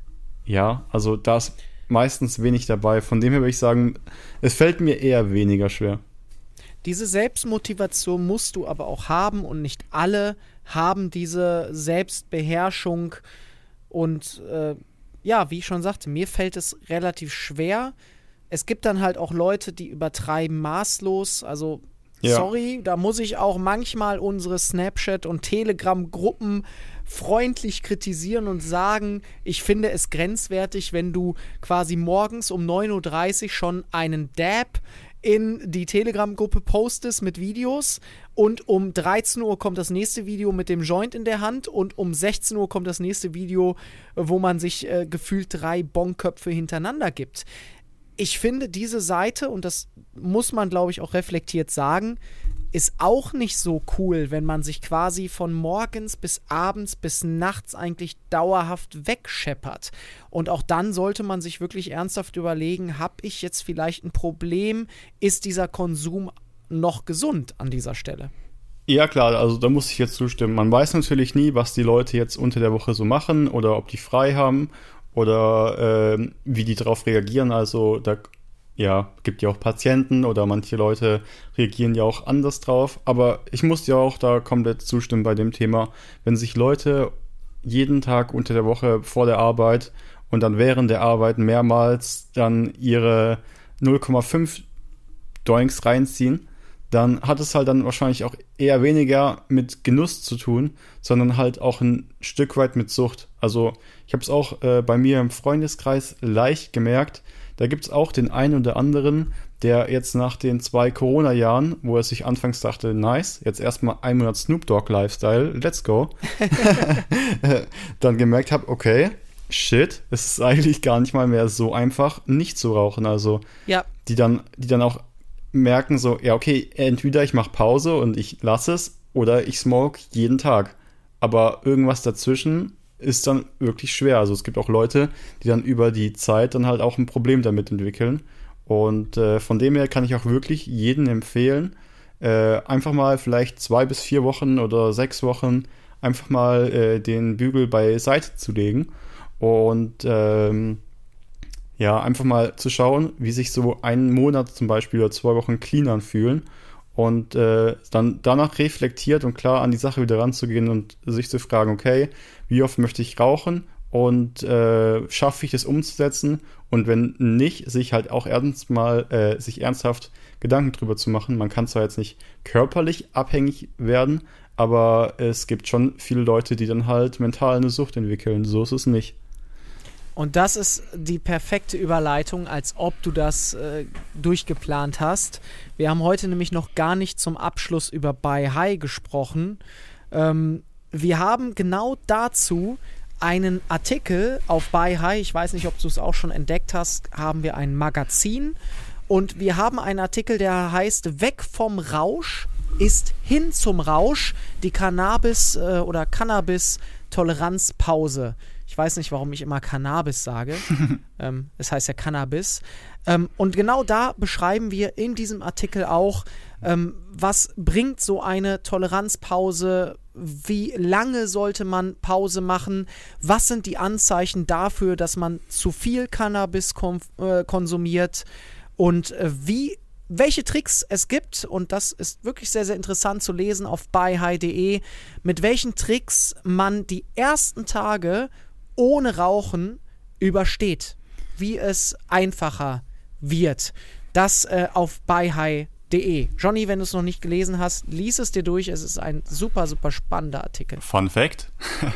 ja, also da ist meistens wenig dabei. Von dem her würde ich sagen, es fällt mir eher weniger schwer. Diese Selbstmotivation musst du aber auch haben und nicht alle haben diese Selbstbeherrschung. Und äh, ja, wie ich schon sagte, mir fällt es relativ schwer. Es gibt dann halt auch Leute, die übertreiben maßlos, also ja. Sorry, da muss ich auch manchmal unsere Snapchat- und Telegram-Gruppen freundlich kritisieren und sagen, ich finde es grenzwertig, wenn du quasi morgens um neun Uhr dreißig schon einen Dab in die Telegram-Gruppe postest mit Videos und um dreizehn Uhr kommt das nächste Video mit dem Joint in der Hand und um sechzehn Uhr kommt das nächste Video, wo man sich äh, gefühlt drei Bonköpfe hintereinander gibt. Ich finde, diese Seite, und das muss man, glaube ich, auch reflektiert sagen, ist auch nicht so cool, wenn man sich quasi von morgens bis abends bis nachts eigentlich dauerhaft wegscheppert. Und auch dann sollte man sich wirklich ernsthaft überlegen, habe ich jetzt vielleicht ein Problem? Ist dieser Konsum noch gesund an dieser Stelle? Ja, klar, also da muss ich jetzt zustimmen. Man weiß natürlich nie, was die Leute jetzt unter der Woche so machen oder ob die frei haben oder äh, wie die darauf reagieren. Also da ja, gibt ja auch Patienten oder manche Leute reagieren ja auch anders drauf. Aber ich muss ja auch da komplett zustimmen bei dem Thema, wenn sich Leute jeden Tag unter der Woche vor der Arbeit und dann während der Arbeit mehrmals dann ihre null Komma fünf Doinks reinziehen, dann hat es halt dann wahrscheinlich auch eher weniger mit Genuss zu tun, sondern halt auch ein Stück weit mit Sucht. Also ich habe es auch äh, bei mir im Freundeskreis leicht gemerkt, da gibt es auch den einen oder anderen, der jetzt nach den zwei Corona-Jahren, wo er sich anfangs dachte, nice, jetzt erstmal ein Monat Snoop Dogg Lifestyle, let's go, dann gemerkt habe, okay, shit, es ist eigentlich gar nicht mal mehr so einfach, nicht zu rauchen. Also ja. die dann, die dann auch merken so, ja okay, entweder ich mache Pause und ich lasse es oder ich smoke jeden Tag. aber irgendwas dazwischen ist dann wirklich schwer. Also es gibt auch Leute, die dann über die Zeit dann halt auch ein Problem damit entwickeln. Und äh, von dem her kann ich auch wirklich jedem empfehlen, äh, einfach mal vielleicht zwei bis vier Wochen oder sechs Wochen einfach mal äh, den Bügel beiseite zu legen und ähm, ja, einfach mal zu schauen, wie sich so einen Monat zum Beispiel oder zwei Wochen clean anfühlen und äh, dann danach reflektiert und klar an die Sache wieder ranzugehen und sich zu fragen, okay, wie oft möchte ich rauchen und äh, schaffe ich es umzusetzen und wenn nicht, sich halt auch ernst mal äh, sich ernsthaft Gedanken drüber zu machen. Man kann zwar jetzt nicht körperlich abhängig werden, aber es gibt schon viele Leute, die dann halt mental eine Sucht entwickeln. So ist es nicht. Und das ist die perfekte Überleitung, als ob du das äh, durchgeplant hast. Wir haben heute nämlich noch gar nicht zum Abschluss über Buy High gesprochen. Ähm, wir haben genau dazu einen Artikel auf Buy High, ich weiß nicht, ob du es auch schon entdeckt hast, haben wir ein Magazin und wir haben einen Artikel, der heißt Weg vom Rausch ist hin zum Rausch, die Cannabis- äh, oder Cannabis-Toleranzpause. Ich weiß nicht, warum ich immer Cannabis sage. ähm, es heißt ja Cannabis. Ähm, und genau da beschreiben wir in diesem Artikel auch, ähm, was bringt so eine Toleranzpause, wie lange sollte man Pause machen, was sind die Anzeichen dafür, dass man zu viel Cannabis kom- äh, konsumiert und äh, wie welche Tricks es gibt, und das ist wirklich sehr, sehr interessant zu lesen auf buy high punkt de, mit welchen Tricks man die ersten Tage ohne Rauchen übersteht, wie es einfacher wird. Das äh, auf buy high punkt de. Johnny, wenn du es noch nicht gelesen hast, lies es dir durch, es ist ein super, super spannender Artikel. Fun Fact,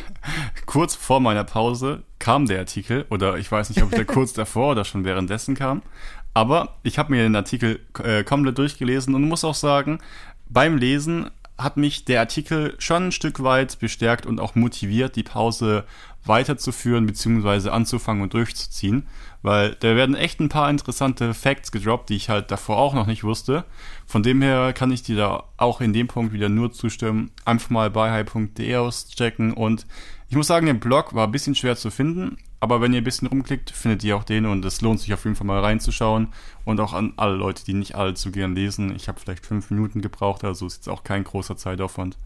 kurz vor meiner Pause kam der Artikel, oder ich weiß nicht, ob der kurz davor oder schon währenddessen kam, aber ich habe mir den Artikel äh, komplett durchgelesen und muss auch sagen, beim Lesen hat mich der Artikel schon ein Stück weit bestärkt und auch motiviert, die Pause weiterzuführen bzw. anzufangen und durchzuziehen, weil da werden echt ein paar interessante Facts gedroppt, die ich halt davor auch noch nicht wusste. Von dem her kann ich dir da auch in dem Punkt wieder nur zustimmen. Einfach mal buy high punkt de auschecken und ich muss sagen, der Blog war ein bisschen schwer zu finden, aber wenn ihr ein bisschen rumklickt, findet ihr auch den und es lohnt sich auf jeden Fall mal reinzuschauen und auch an alle Leute, die nicht allzu gern lesen. Ich habe vielleicht fünf Minuten gebraucht, also ist jetzt auch kein großer Zeitaufwand.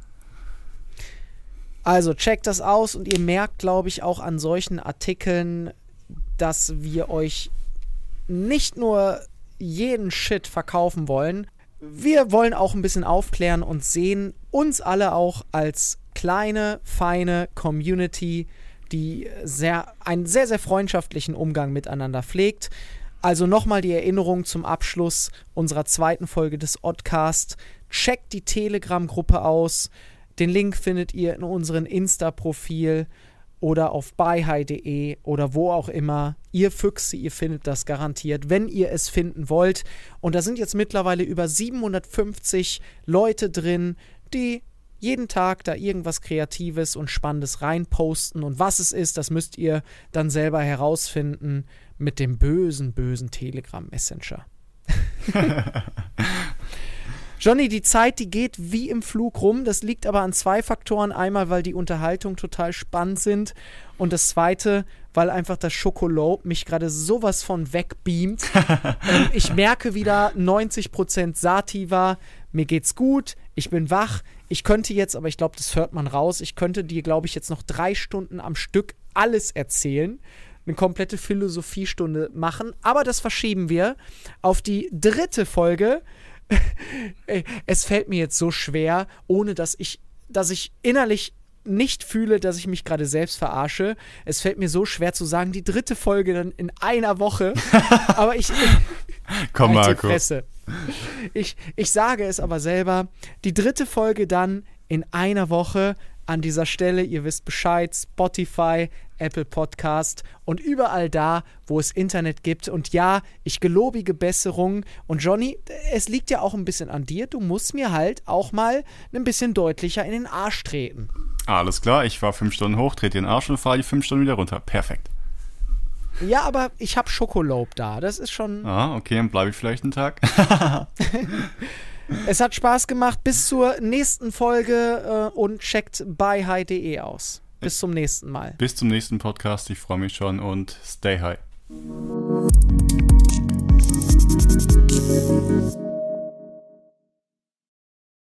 Also checkt das aus und ihr merkt, glaube ich, auch an solchen Artikeln, dass wir euch nicht nur jeden Shit verkaufen wollen. Wir wollen auch ein bisschen aufklären und sehen uns alle auch als kleine, feine Community, die sehr, einen sehr, sehr freundschaftlichen Umgang miteinander pflegt. Also nochmal die Erinnerung zum Abschluss unserer zweiten Folge des Oddcast. Checkt die Telegram-Gruppe aus. Den Link findet ihr in unserem Insta-Profil oder auf buy high punkt de oder wo auch immer. Ihr Füchse, ihr findet das garantiert, wenn ihr es finden wollt. Und da sind jetzt mittlerweile über siebenhundertfünfzig Leute drin, die jeden Tag da irgendwas Kreatives und Spannendes reinposten. Und was es ist, das müsst ihr dann selber herausfinden mit dem bösen, bösen Telegram-Messenger. Johnny, die Zeit, die geht wie im Flug rum. Das liegt aber an zwei Faktoren. Einmal, weil die Unterhaltungen total spannend sind. Und das zweite, weil einfach das Schokolob mich gerade sowas von wegbeamt. ähm, ich merke wieder neunzig Prozent Sativa. Mir geht's gut. Ich bin wach. Ich könnte jetzt, aber ich glaube, das hört man raus, ich könnte dir, glaube ich, jetzt noch drei Stunden am Stück alles erzählen. Eine komplette Philosophiestunde machen. Aber das verschieben wir auf die dritte Folge. Es fällt mir jetzt so schwer, ohne dass ich, dass ich innerlich nicht fühle, dass ich mich gerade selbst verarsche. Es fällt mir so schwer zu sagen, die dritte Folge dann in einer Woche. Aber ich... Komm, Marco. Ich, ich sage es aber selber. Die dritte Folge dann in einer Woche. An dieser Stelle, ihr wisst Bescheid, Spotify, Apple Podcast und überall da, wo es Internet gibt. Und ja, ich gelobige Besserung. Und Johnny, es liegt ja auch ein bisschen an dir. Du musst mir halt auch mal ein bisschen deutlicher in den Arsch treten. Alles klar, ich war fünf Stunden hoch, trete den Arsch und fahre die fünf Stunden wieder runter. Perfekt. Ja, aber ich habe Schokolob da. Das ist schon... Ah, okay, dann bleibe ich vielleicht einen Tag. Es hat Spaß gemacht. Bis zur nächsten Folge äh, und checkt buy high punkt de aus. Bis zum nächsten Mal. Bis zum nächsten Podcast. Ich freue mich schon und stay high.